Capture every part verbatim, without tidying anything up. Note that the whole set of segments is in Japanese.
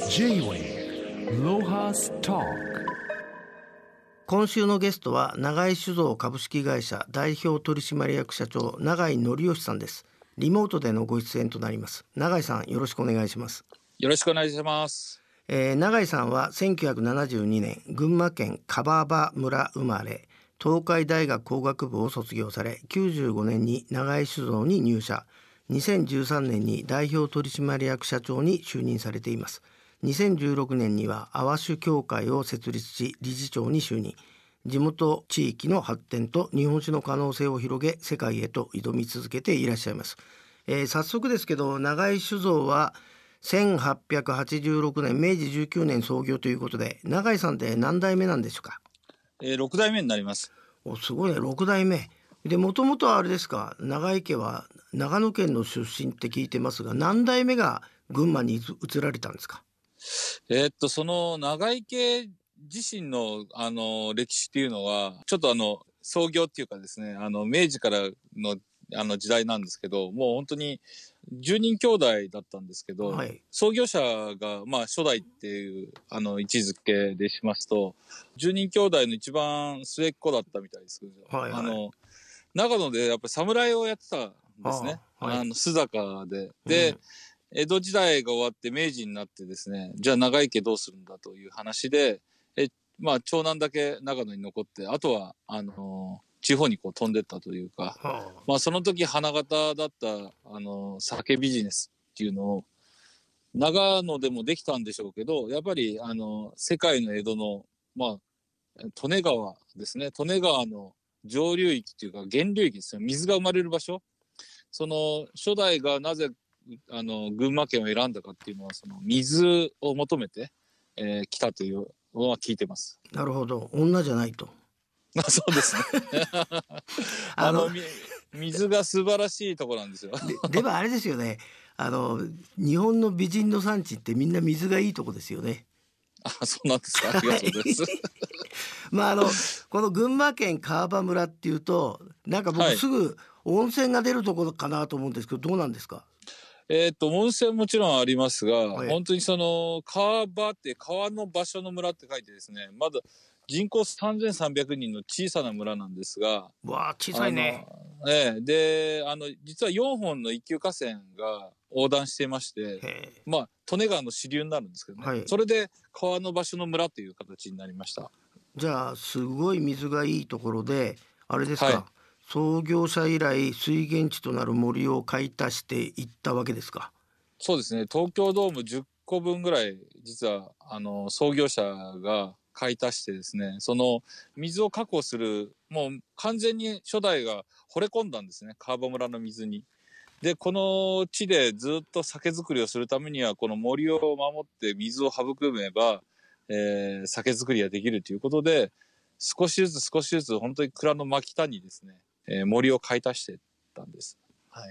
J-Wave ロハストク。 今週のゲストは長井酒造株式会社代表取締役社長長井則義さんです。リモートでのご出演となります。長井さん、よろしくお願いします。 よろしくお願いします。 えー、長井さんはせんきゅうひゃくななじゅうにねん群馬県川場村生まれ、東海大学工学部を卒業され、きゅうじゅうごねんに長井酒造に入社、にせんじゅうさんねんに代表取締役社長に就任されています。にせんじゅうろくねんには阿波酒協会を設立し、理事長に就任。地元地域の発展と日本酒の可能性を広げ、世界へと挑み続けていらっしゃいます。えー、早速ですけど、長井酒造はせんはっぴゃくはちじゅうろくねん、明治じゅうきゅうねん創業ということで、長井さんって何代目なんでしょうか？ えー、ろく代目になります。 お、すごいね、ろく代目で、もともとはあれですか、長井家は長野県の出身って聞いてますが、何代目が群馬に移られたんですか？ えー、っとその長井家自身のあの歴史っていうのはちょっとあの創業っていうかですね、あの明治からのあの時代なんですけど、もう本当にじゅうにん兄弟だったんですけど、はい、創業者がまあ初代っていうあの位置づけでしますと、じゅうにん兄弟の一番末っ子だったみたいですけど、はいはい、あの長野でやっぱり侍をやってたんですね。あ、はい、あの須坂でで、うん、江戸時代が終わって明治になってですね、じゃあ長井家どうするんだという話で、えまあ長男だけ長野に残って、あとはあのー、地方にこう飛んでったというか、はあ、まあその時花形だったあの酒ビジネスっていうのを長野でもできたんでしょうけど、やっぱりあの世界の江戸のまあ利根川ですね、利根川の上流域っていうか源流域ですね、水が生まれる場所、その初代がなぜあの群馬県を選んだかっていうのは、その水を求めて、えー、来たというのは聞いてます。 なるほど、女じゃないと。 そうですねあの水が素晴らしいところなんですよで, でもあれですよね、あの日本の美人の産地ってみんな水がいいとこですよね。 あ、そうなんですか。ありがとうございますまああのこの群馬県川場村っていうと、なんか僕すぐ温泉が出るところかなと思うんですけど、どうなんですか？ えー、っと温泉もちろんありますが、はい、本当にその川場って川の場所の村って書いてですね、まだ人口さんぜんさんびゃくにんの小さな村なんですが、 わあ小さいね。 ええ、であの実はよんほんの一級河川が横断していまして、まあ利根川の支流になるんですけどね、はい、それで川の場所の村という形になりました。 じゃあすごい水がいいところで、あれですか、はい、創業者以来水源地となる森を買い足していったわけですか？ そうですね、東京ドームじゅっこぶんぐらい実はあの創業者が買い足してですね、その水を確保する、もう完全に初代が惚れ込んだんですね、川場村の水に。でこの地でずっと酒造りをするためには、この森を守って水を育めば、えー、酒造りができるということで、少しずつ少しずつ本当に蔵の真北にですね、えー、森を買い足していったんです。はい。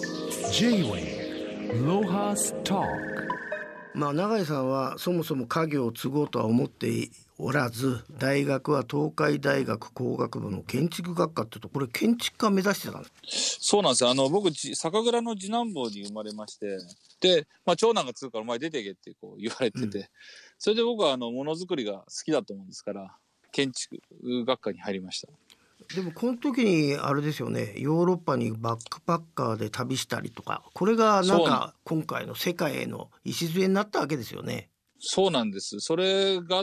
J-Wave ロハストク。 まあ、永井さんはそもそも家業を継ごうとは思っておらず、大学は東海大学工学部の建築学科っていうと、これ建築家目指してたんです？ そうなんですよ。あの僕酒蔵の次男坊に生まれまして、で、まあ、長男が継ぐからお前出てけってこう言われてて、うん、それで僕はあのものづくりが好きだと思うんですから、建築学科に入りました。 でもこの時にあれですよね、ヨーロッパにバックパッカーで旅したりとか、これがなんか今回の世界への礎になったわけですよね。 そうなんです。それがあって、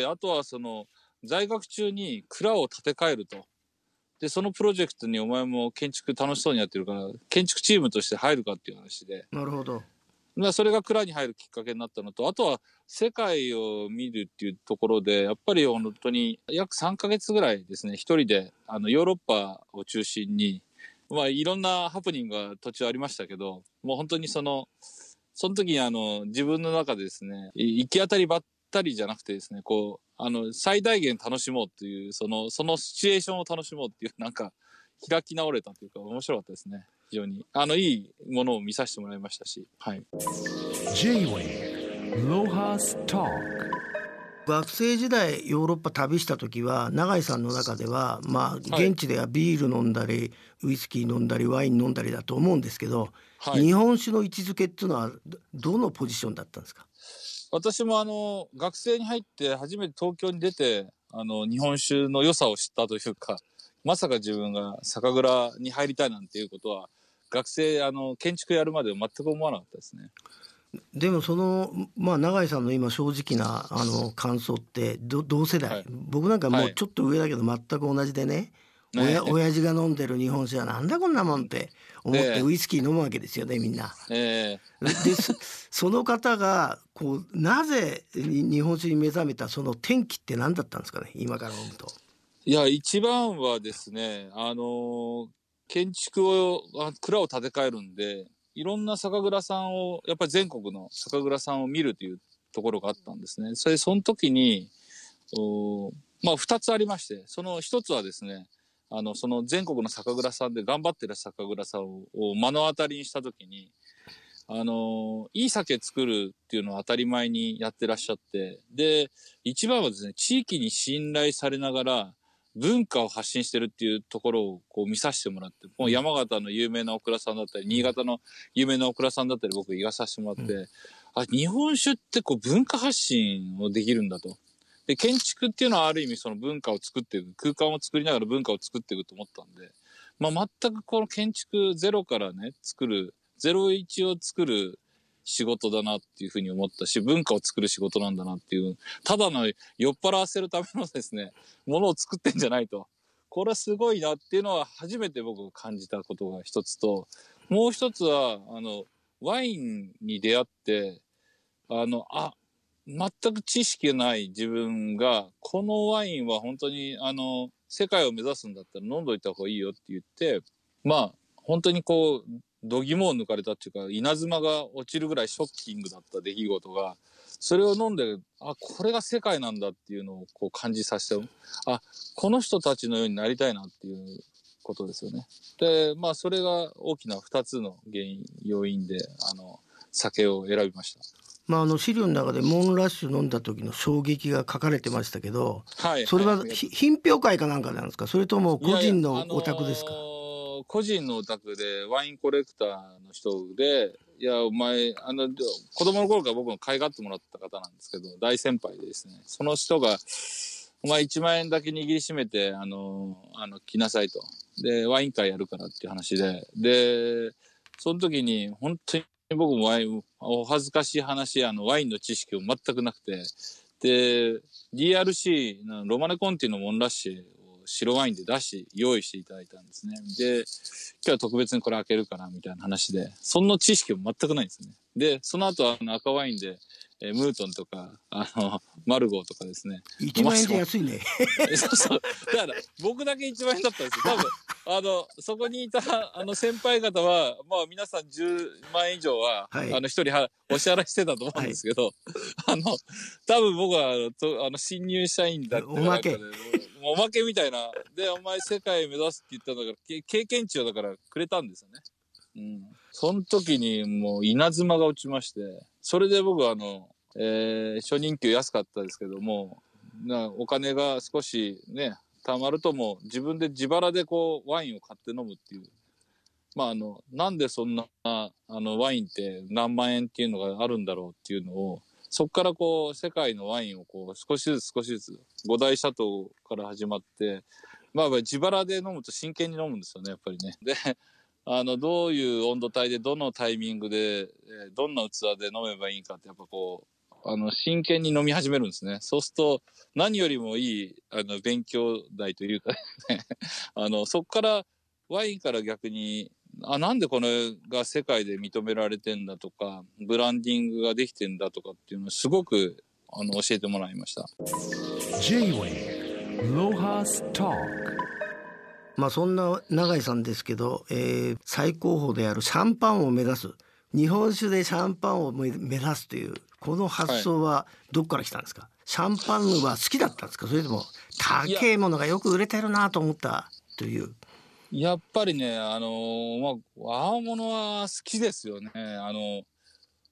あとはその在学中に蔵を建て替えると。でそのプロジェクトにお前も建築楽しそうにやってるから建築チームとして入るかっていう話で。 なるほど。 それが蔵に入るきっかけになったのと、あとは世界を見るっていうところで、やっぱり本当に約さんかげつぐらいですね、一人であのヨーロッパを中心に、まあいろんなハプニングが途中ありましたけど、もう本当にそのその時にあの自分の中でですね、行き当たりばったりじゃなくてですね、こうあの最大限楽しもうっていう、そのそのシチュエーションを楽しもうっていう、なんか開き直れたというか面白かったですね。非常にあのいいものを見させてもらいましたし、はい。 J-Wave ロハストク。 学生時代ヨーロッパ旅した時は永井さんの中では、まあ、 はい現地ではビール飲んだりウイスキー飲んだりワイン飲んだりだと思うんですけど、 はい、 日本酒の位置づけっていうのはどどのポジションだったんですか？ 私もあの学生に入って初めて東京に出てあの日本酒の良さを知ったというか、まさか自分が酒蔵に入りたいなんていうことは学生あの建築やるまでは全く思わなかったですね。 でもその、まあ、永井さんの今正直なあの感想ってど同世代、 はい僕なんかもうちょっと上だけど全く同じでね、 ね親親父が飲んでる日本酒はなんだこんなもんって思ってねウイスキー飲むわけですよねみんな。 えでそその方がこうなぜに日本酒に目覚めたその転機って何だったんですかね、今から思うと。 ーいや一番はですね、あの建築をあ蔵を建て替えるんでいろんな酒蔵さんをやっぱり全国の酒蔵さんを見るというところがあったんですね。それその時におまあふたつありまして、そのひとつはですね、あのその全国の酒蔵さんで頑張ってる酒蔵さんをを目の当たりにした時に、あのいい酒作るっていうのを当たり前にやってらっしゃって、で一番はですね、地域に信頼されながら文化を発信してるっていうところをこう見させてもらって、もう山形の有名なお蔵さんだったり新潟の有名なお蔵さんだったり僕言わさせてもらって、うん、あ日本酒ってこう文化発信をできるんだと。で建築っていうのはある意味その文化を作っていく、空間を作りながら文化を作っていくと思ったんで、まあ、全くこの建築ゼロからね作るゼロイチを作る仕事だなっていうふうに思ったし、文化を作る仕事なんだなっていう、ただの酔っ払わせるためのですねものを作ってんじゃないと、これはすごいなっていうのは初めて僕感じたことが一つと、もう一つはあのワインに出会ってあのあ全く知識がない自分がこのワインは本当にあの世界を目指すんだったら飲んどいた方がいいよって言って、まあ本当にこう度肝を抜かれたっていうか稲妻が落ちるぐらいショッキングだった出来事が、それを飲んであこれが世界なんだっていうのをこう感じさせて、あこの人たちのようになりたいなっていうことですよね。でまあそれが大きなふたつの原因要因であの酒を選びました。 まあ、あの資料の中でモンラッシュ飲んだ時の衝撃が書かれてましたけど、はい、それは、はい、品評会かなんかなんですか、それとも個人のお宅ですか？いやいや、あのー、個人のお宅でワインコレクターの人で、いやお前あの子供の頃から僕の可愛がってもらった方なんですけど、大先輩でですね、その人がお前いちまん円だけ握りしめてあのー、あの来なさいと、でワイン会やるからっていう話で、でその時に本当に僕もワインお恥ずかしい話、あのワインの知識を全くなくて、で ディーアールシー のロマネコンティのモンラッシュを白ワインで出し用意していただいたんですね。で今日は特別にこれ開けるからみたいな話で、そんな知識も全くないんですね。でその後あの赤ワインでえー、ムートンとかあのマルゴーとかですね、 いちまん円で安いねそうそう、だから僕だけいちまん円だったんですよ多分。あのそこにいたあの先輩方はまあ皆さんじゅうまん円以上は、はい、あの一人はお支払いしてたと思うんですけど、はい、あの多分僕はあのとあの新入社員だったおまけおまけみたいなで、お前世界目指すって言ったんだから経験値をだからくれたんですよね。うん、その時にもう稲妻が落ちまして、それで僕はあの、えー、初任給安かったですけども、なお金が少しね貯まるともう自分で自腹でこうワインを買って飲むっていう、まああのなんでそんなあのワインって何万円っていうのがあるんだろうっていうのを、そこからこう世界のワインをこう少しずつ少しずつ五大シャトーから始まって、まあ自腹で飲むと真剣に飲むんですよねやっぱりね。であのどういう温度帯でどのタイミングで、えー、どんな器で飲めばいいかってやっぱこうあの真剣に飲み始めるんですね。そうすると何よりもいいあの勉強代というかですねあのそこからワインから逆にあなんでこれが世界で認められてんだとかブランディングができてんだとかっていうのをすごくあの教えてもらいました。 J-Way ロハストーク。 まあそんな永井さんですけど、えー、最高峰であるシャンパンを目指す、日本酒でシャンパンを目指すというこの発想はどこから来たんですか？はい、シャンパンは好きだったんですか、それとも高いものがよく売れてるなと思ったという。 やっぱりねあのー、まあ和物は好きですよね。あの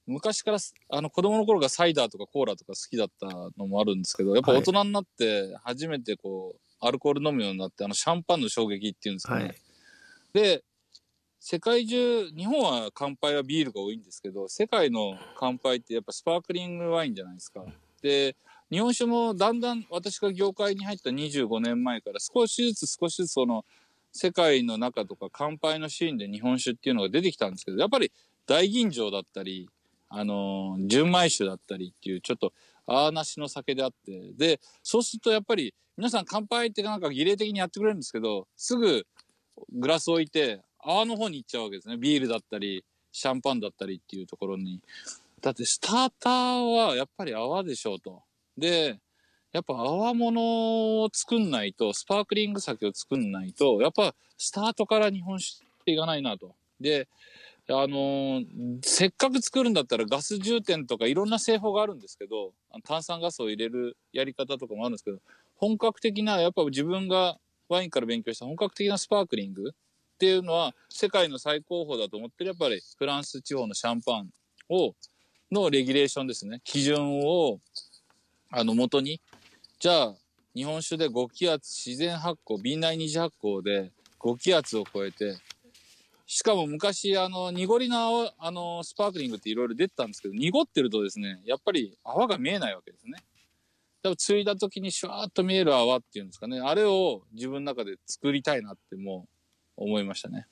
昔からあの子供の頃がサイダーとかコーラとか好きだったのもあるんですけど、やっぱ大人になって初めてこうアルコール飲むようになって、あのシャンパンの衝撃っていうんですかね、はい、で世界中、日本は乾杯はビールが多いんですけど、世界の乾杯ってやっぱスパークリングワインじゃないですか。で日本酒もだんだん私が業界に入ったにじゅうごねんまえから少しずつ少しずつその世界の中とか乾杯のシーンで日本酒っていうのが出てきたんですけど、やっぱり大吟醸だったり、あのー、純米酒だったりっていうちょっとあーなしの酒であって、でそうするとやっぱり皆さん乾杯ってなんか儀礼的にやってくれるんですけど、すぐグラス置いて泡の方に行っちゃうわけですね。ビールだったりシャンパンだったりっていうところに。だってスターターはやっぱり泡でしょうと。でやっぱ泡物を作んないと、スパークリング酒を作んないと、やっぱスタートから日本酒っていかないなと。であのー、せっかく作るんだったらガス充填とかいろんな製法があるんですけど、炭酸ガスを入れるやり方とかもあるんですけど、本格的なやっぱ自分がワインから勉強した本格的なスパークリングっていうのは世界の最高峰だと思ってる、やっぱりフランス地方のシャンパンをのレギュレーションですね、基準をあの元に、じゃあ日本酒でご気圧自然発酵瓶内二次発酵でご気圧を超えて、しかも昔あの濁りのあのスパークリングっていろいろ出てたんですけど、濁ってるとですねやっぱり泡が見えないわけですね。多分ついだ時にシュワーッと見える泡っていうんですかね、あれを自分の中で作りたいなってもう思いましたね。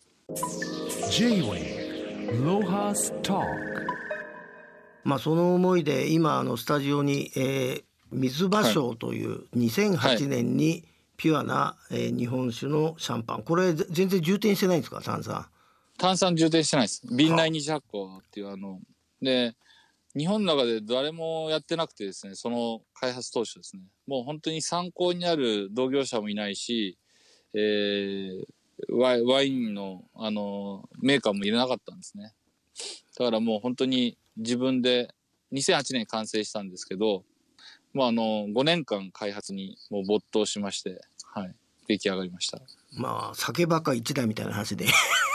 J-Wave ロハストーク。 まあその思いで今あのスタジオに、えー、水芭蕉というにせんはちねんにピュアな、えー、日本酒のシャンパン、これ全然充填してないんですか？炭酸炭酸充填してないです。瓶内二次発酵っていうあので日本の中で誰もやってなくてですね、その開発当初ですね、もう本当に参考になる同業者もいないし、えー、ワイ、ワインのあのメーカーもいらなかったんですね。だからもう本当に自分でにせんはちねん完成したんですけど、まあ、あのごねんかん開発にもう没頭しまして、はい、出来上がりました。 まあ酒ばっか一台みたいな話で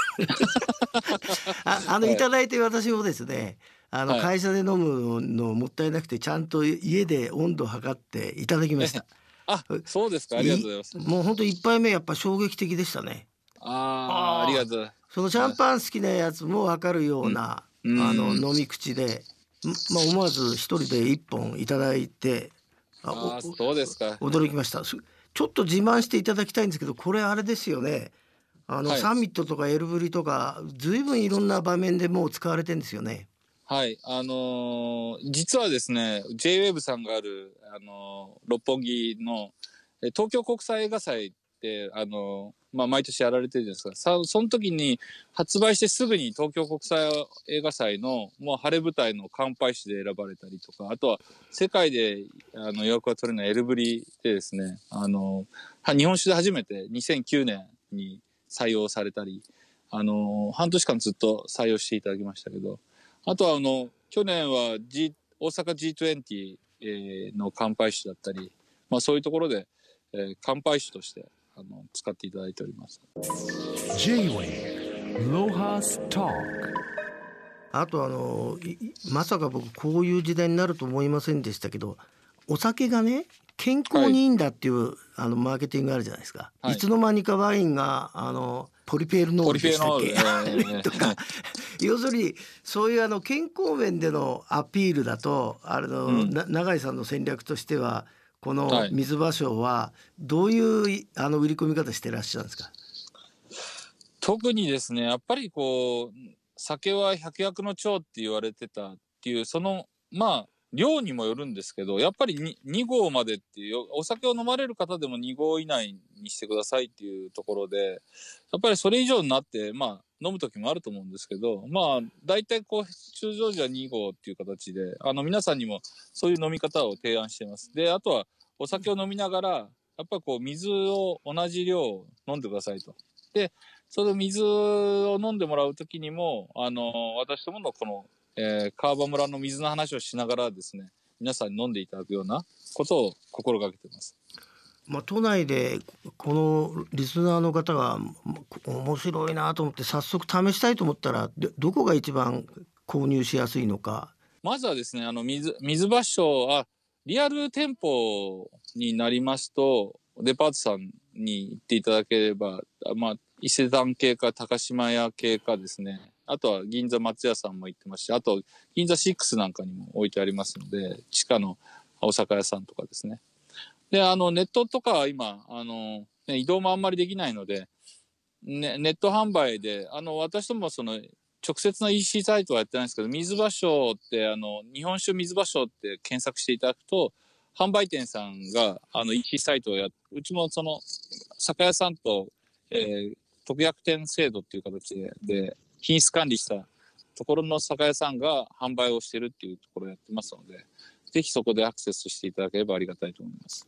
あ, あのいただいて私もですね、あの会社で飲むのもったいなくてちゃんと家で温度測っていただきました。 あ、そうですか、ありがとうございます。 もう本当一杯目やっぱ衝撃的でしたね。 ああ、ありがとう。 そのシャンパン好きなやつも分かるような、うん、あの飲み口で、まあ、思わず一人で一本いただいて、 ああ、そうですか。 驚きました。ちょっと自慢していただきたいんですけど、これあれですよね、あの、はい、サミットとかエルブリとかずいぶんいろんな場面でもう使われてるんですよね。 はい、あのー、実はですね ジェイウェーブ さんがある、あのー、六本木の東京国際映画祭って、あのーまあ、毎年やられてるじゃないですか。さその時に発売してすぐに東京国際映画祭のもう晴れ舞台の乾杯酒で選ばれたりとか、あとは世界であの予約が取れないエルブリでですね、あの日本酒で初めてにせんきゅうねんに採用されたり、あの半年間ずっと採用していただきましたけど、あとはあの去年は、G、大阪 ジートゥエンティー の乾杯酒だったり、まあ、そういうところで、えー、乾杯酒としてあの使っていただいております。 J-Wave ロハストーク。 あとあのまさか僕こういう時代になると思いませんでしたけど、お酒がね健康にいいんだっていう、はい、あのマーケティングあるじゃないですか、はい、いつの間にかワインがあのポリフェノールでしたっけ、えー、とか要するにそういうあの健康面でのアピールだと、あの、うん、永井さんの戦略としてはこの水芭蕉はどういうあの売り込み方してらっしゃるんですか？ 特にですね、やっぱりこう酒は百薬の長って言われてたっていう、そのまあ量にもよるんですけど、やっぱり に, に合までっていう、お酒を飲まれる方でもに合以内にしてくださいっていうところで、やっぱりそれ以上になってまあ飲む時もあると思うんですけど、まあ大体こう通常時はに合っていう形で、あの皆さんにもそういう飲み方を提案しています。であとはお酒を飲みながらやっぱりこう水を同じ量飲んでくださいと。でその水を飲んでもらう時にも、あの私どものこのえー、川場村の水の話をしながらですね、皆さんに飲んでいただくようなことを心がけています。 まあ、都内でこのリスナーの方が面白いなと思って早速試したいと思ったら ど, どこが一番購入しやすいのか。 まずはですね、あの水水場所あリアル店舗になりますと、デパートさんに行っていただければ、まあ伊勢丹系か高島屋系かですね、あとは銀座松屋さんも行ってますし、あと銀座シックスなんかにも置いてありますので、地下のお酒屋さんとかですね。で、あのネットとかは今あの、ね、移動もあんまりできないので、ね、ネット販売で、あの私どもその直接の イーシー サイトはやってないんですけど、水場所ってあの日本酒水場所って検索していただくと、販売店さんがあの イーシー サイトをやっ、うちもその酒屋さんと、えー、特約店制度っていう形でで品質管理したところの酒屋さんが販売をしてるっていうところをやってますので、ぜひそこでアクセスしていただければありがたいと思います。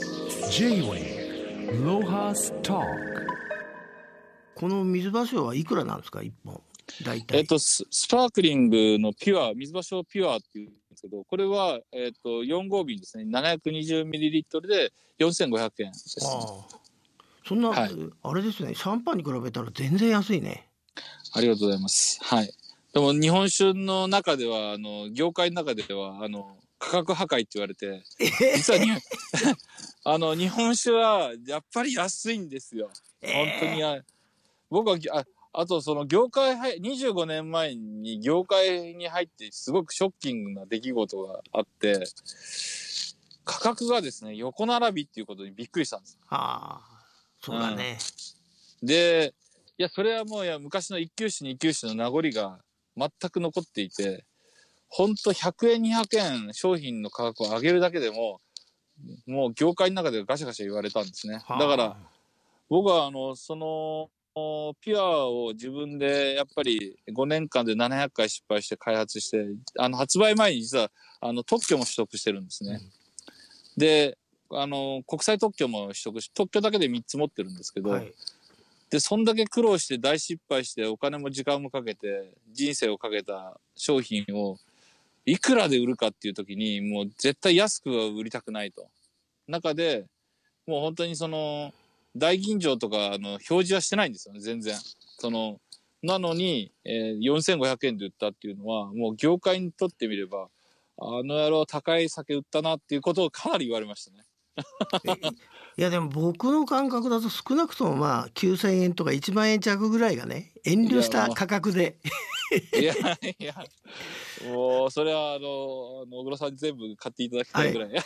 J-Wave Lohas Talk。 この水場所はいくらなんですか、いっぽん大体。 えっとス、スパークリングのピュア水場所ピュアっていうんですけど、これは、えっと、よん号瓶ですね、ななひゃくにじゅうミリリットルでよんせんごひゃくえんです、ね。 ああ、そんな、はい、あれですね、シャンパンに比べたら全然安いね。 ありがとうございます。はい。でも日本酒の中ではあの業界の中ではあの価格破壊って言われて、実はにあの日本酒はやっぱり安いんですよ。本当にあ僕はああとその業界入にじゅうごねんまえに業界に入ってすごくショッキングな出来事があって、価格がですね横並びっていうことにびっくりしたんです。 ああ、そうだね。 うん、で、いやそれはもういや昔の一級酒二級酒の名残が全く残っていて、ほんとひゃくえんにひゃくえん商品の価格を上げるだけでももう業界の中でガシャガシャ言われたんですね。だから僕はあのそのピュアを自分でやっぱりごねんかんでななひゃっかい失敗して開発して、あの発売前に実はあの特許も取得してるんですね。うん、であの国際特許も取得し、特許だけでみっつ持ってるんですけど、はい、でそんだけ苦労して大失敗してお金も時間もかけて人生をかけた商品をいくらで売るかっていう時にもう絶対安くは売りたくないと。中でもう本当にその大吟醸とかの表示はしてないんですよね、全然。そのなのに、えー、よんせんごひゃくえんで売ったっていうのはもう業界にとってみればあの野郎高い酒売ったなっていうことをかなり言われましたね。 いやでも僕の感覚だと少なくともまあきゅうせんえんとかいちまんえん弱ぐらいがね、遠慮した価格でいやいやもうそれはあの小黒さんに全部買っていただきたいぐらい、はい、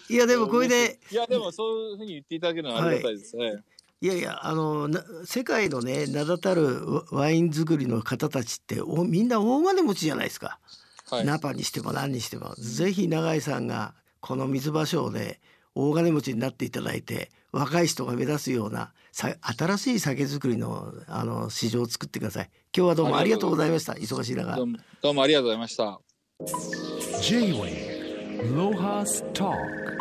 い, いやでもこれでいやでもそういうふうに言っていただけるのはありがたいですね、はい、 いやいやあの世界のね名だたるワイン作りの方たちっておみんな大金持ちじゃないですか、はい、ナパにしても何にしても、ぜひ永井さんがこの水場所で大金持ちになっていただいて、若い人が目指すような新しい酒造り の, あの市場を作ってください。今日はどうもありがとうございました。忙しい中どうも、どうもありがとうございました。 J-Wave Lohas Talk